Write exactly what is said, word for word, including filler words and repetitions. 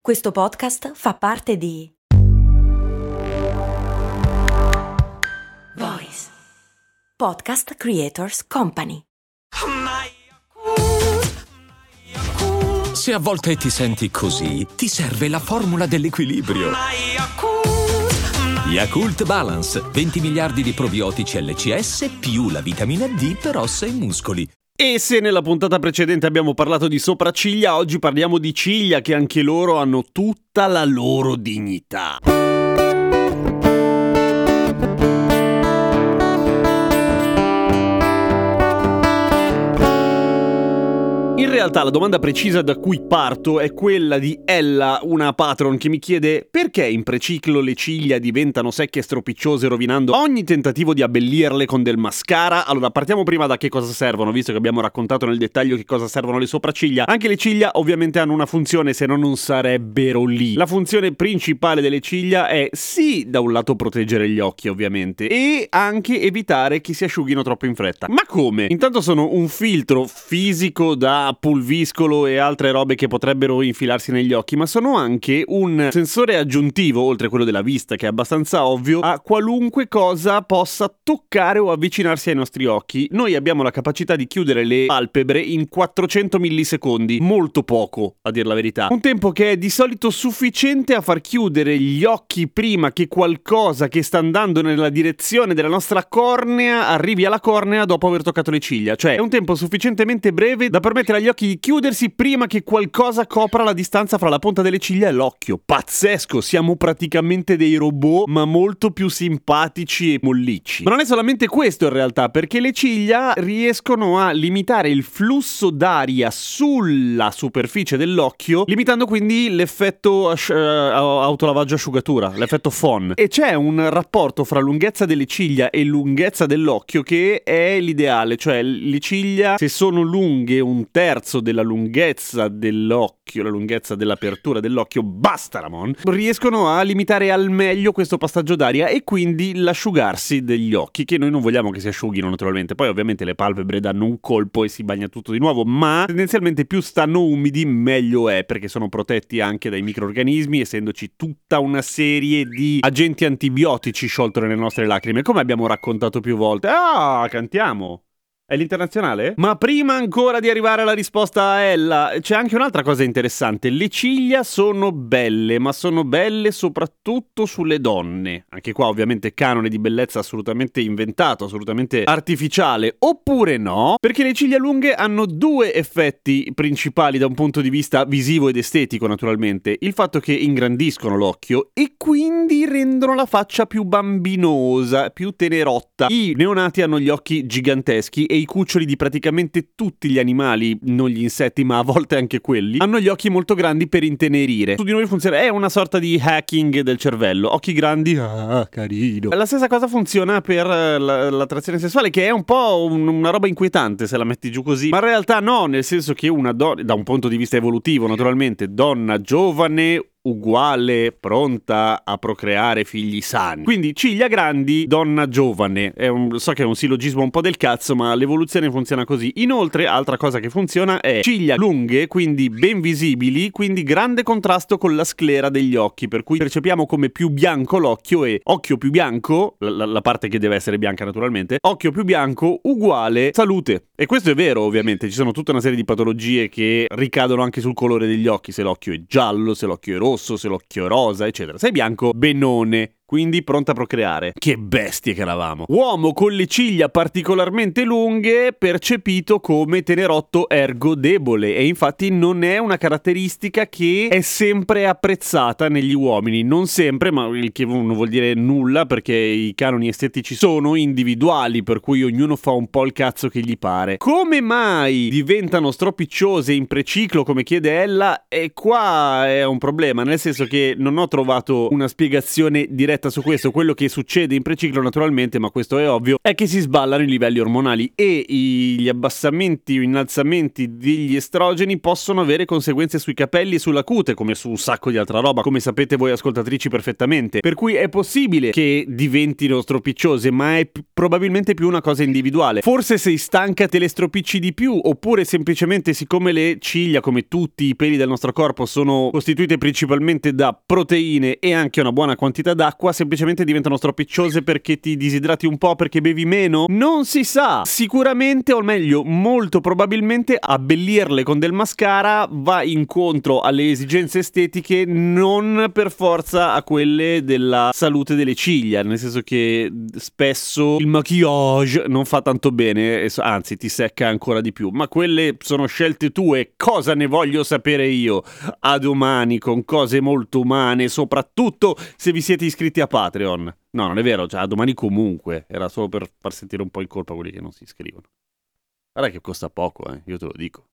Questo podcast fa parte di Voice Podcast Creators Company. Se a volte ti senti così, ti serve la formula dell'equilibrio. Yakult Balance, venti miliardi di probiotici L C S più la vitamina D per ossa e muscoli. E se nella puntata precedente abbiamo parlato di sopracciglia, oggi parliamo di ciglia, che anche loro hanno tutta la loro dignità. In realtà la domanda precisa da cui parto è quella di Ella, una patron, che mi chiede: perché in preciclo le ciglia diventano secche e stropicciose, rovinando ogni tentativo di abbellirle con del mascara? Allora, partiamo prima da che cosa servono, visto che abbiamo raccontato nel dettaglio che cosa servono le sopracciglia. Anche le ciglia ovviamente hanno una funzione, se no non sarebbero lì. La funzione principale delle ciglia è sì, da un lato proteggere gli occhi ovviamente, e anche evitare che si asciughino troppo in fretta. Ma come? Intanto sono un filtro fisico da pulviscolo e altre robe che potrebbero infilarsi negli occhi, ma sono anche un sensore aggiuntivo, oltre a quello della vista che è abbastanza ovvio, a qualunque cosa possa toccare o avvicinarsi ai nostri occhi. Noi abbiamo la capacità di chiudere le palpebre in quattrocento millisecondi, molto poco a dir la verità, un tempo che è di solito sufficiente a far chiudere gli occhi prima che qualcosa che sta andando nella direzione della nostra cornea arrivi alla cornea dopo aver toccato le ciglia. Cioè è un tempo sufficientemente breve da permettere agli occhi di chiudersi prima che qualcosa copra la distanza fra la punta delle ciglia e l'occhio. Pazzesco, siamo praticamente dei robot, ma molto più simpatici e mollicci. Ma non è solamente questo in realtà, perché le ciglia riescono a limitare il flusso d'aria sulla superficie dell'occhio, limitando quindi l'effetto asci- uh, autolavaggio asciugatura, l'effetto F O N. E c'è un rapporto fra lunghezza delle ciglia e lunghezza dell'occhio che è l'ideale, cioè le ciglia, se sono lunghe un terzo della lunghezza dell'occhio, la lunghezza dell'apertura dell'occhio, basta Ramon, riescono a limitare al meglio questo passaggio d'aria e quindi l'asciugarsi degli occhi, che noi non vogliamo che si asciughino naturalmente. Poi ovviamente le palpebre danno un colpo e si bagna tutto di nuovo, ma tendenzialmente più stanno umidi meglio è, perché sono protetti anche dai microrganismi, essendoci tutta una serie di agenti antibiotici sciolti nelle nostre lacrime, come abbiamo raccontato più volte. Ah, cantiamo! È l'internazionale? Ma prima ancora di arrivare alla risposta a Ella, c'è anche un'altra cosa interessante. Le ciglia sono belle, ma sono belle soprattutto sulle donne. Anche qua ovviamente canone di bellezza assolutamente inventato, assolutamente artificiale. Oppure no? Perché le ciglia lunghe hanno due effetti principali da un punto di vista visivo ed estetico, naturalmente. Il fatto che ingrandiscono l'occhio e quindi rendono la faccia più bambinosa, più tenerotta. I neonati hanno gli occhi giganteschi e i cuccioli di praticamente tutti gli animali, non gli insetti ma a volte anche quelli, hanno gli occhi molto grandi per intenerire. Su di noi funziona, è una sorta di hacking del cervello. Occhi grandi, ah, carino. La stessa cosa funziona per la, l'attrazione sessuale, che è un po' un, una roba inquietante se la metti giù così, ma in realtà no, nel senso che una donna, da un punto di vista evolutivo naturalmente, donna giovane, uguale, pronta a procreare figli sani. Quindi ciglia grandi, donna giovane. È un, so che è un sillogismo un po' del cazzo, ma l'evoluzione funziona così. Inoltre, altra cosa che funziona è ciglia lunghe, quindi ben visibili, quindi grande contrasto con la sclera degli occhi, per cui percepiamo come più bianco l'occhio, e occhio più bianco, la, la parte che deve essere bianca naturalmente, occhio più bianco uguale salute. E questo è vero ovviamente, ci sono tutta una serie di patologie che ricadono anche sul colore degli occhi, se l'occhio è giallo, se l'occhio è rosso, se l'occhio è rosa, eccetera. Sei bianco, benone. Quindi pronta a procreare. Che bestie che eravamo. Uomo con le ciglia particolarmente lunghe, percepito come tenerotto ergo debole, e infatti non è una caratteristica che è sempre apprezzata negli uomini. Non sempre, ma il che non vuol dire nulla, perché i canoni estetici sono individuali, per cui ognuno fa un po' il cazzo che gli pare. Come mai diventano stropicciose in preciclo, come chiede Ella? E qua è un problema, nel senso che non ho trovato una spiegazione diretta diretta su questo. Quello che succede in preciclo naturalmente, ma questo è ovvio, è che si sballano i livelli ormonali e i, gli abbassamenti o innalzamenti degli estrogeni possono avere conseguenze sui capelli e sulla cute, come su un sacco di altra roba, come sapete voi ascoltatrici perfettamente. Per cui è possibile che diventino stropicciose, ma è p- probabilmente più una cosa individuale. Forse sei stanca te le stropicci di più, oppure semplicemente siccome le ciglia, come tutti i peli del nostro corpo, sono costituite principalmente da proteine e anche una buona quantità d'acqua, semplicemente diventano stropicciose perché ti disidrati un po', perché bevi meno? Non si sa. Sicuramente, o meglio, molto probabilmente abbellirle con del mascara va incontro alle esigenze estetiche, non per forza a quelle della salute delle ciglia, nel senso che spesso il maquillage non fa tanto bene, anzi ti secca ancora di più, ma quelle sono scelte tue. Cosa ne voglio sapere io? A domani con cose molto umane, soprattutto se vi siete iscritti a Patreon. No, non è vero, cioè a domani comunque, era solo per far sentire un po' in colpa quelli che non si iscrivono. Guarda che costa poco, eh, io te lo dico.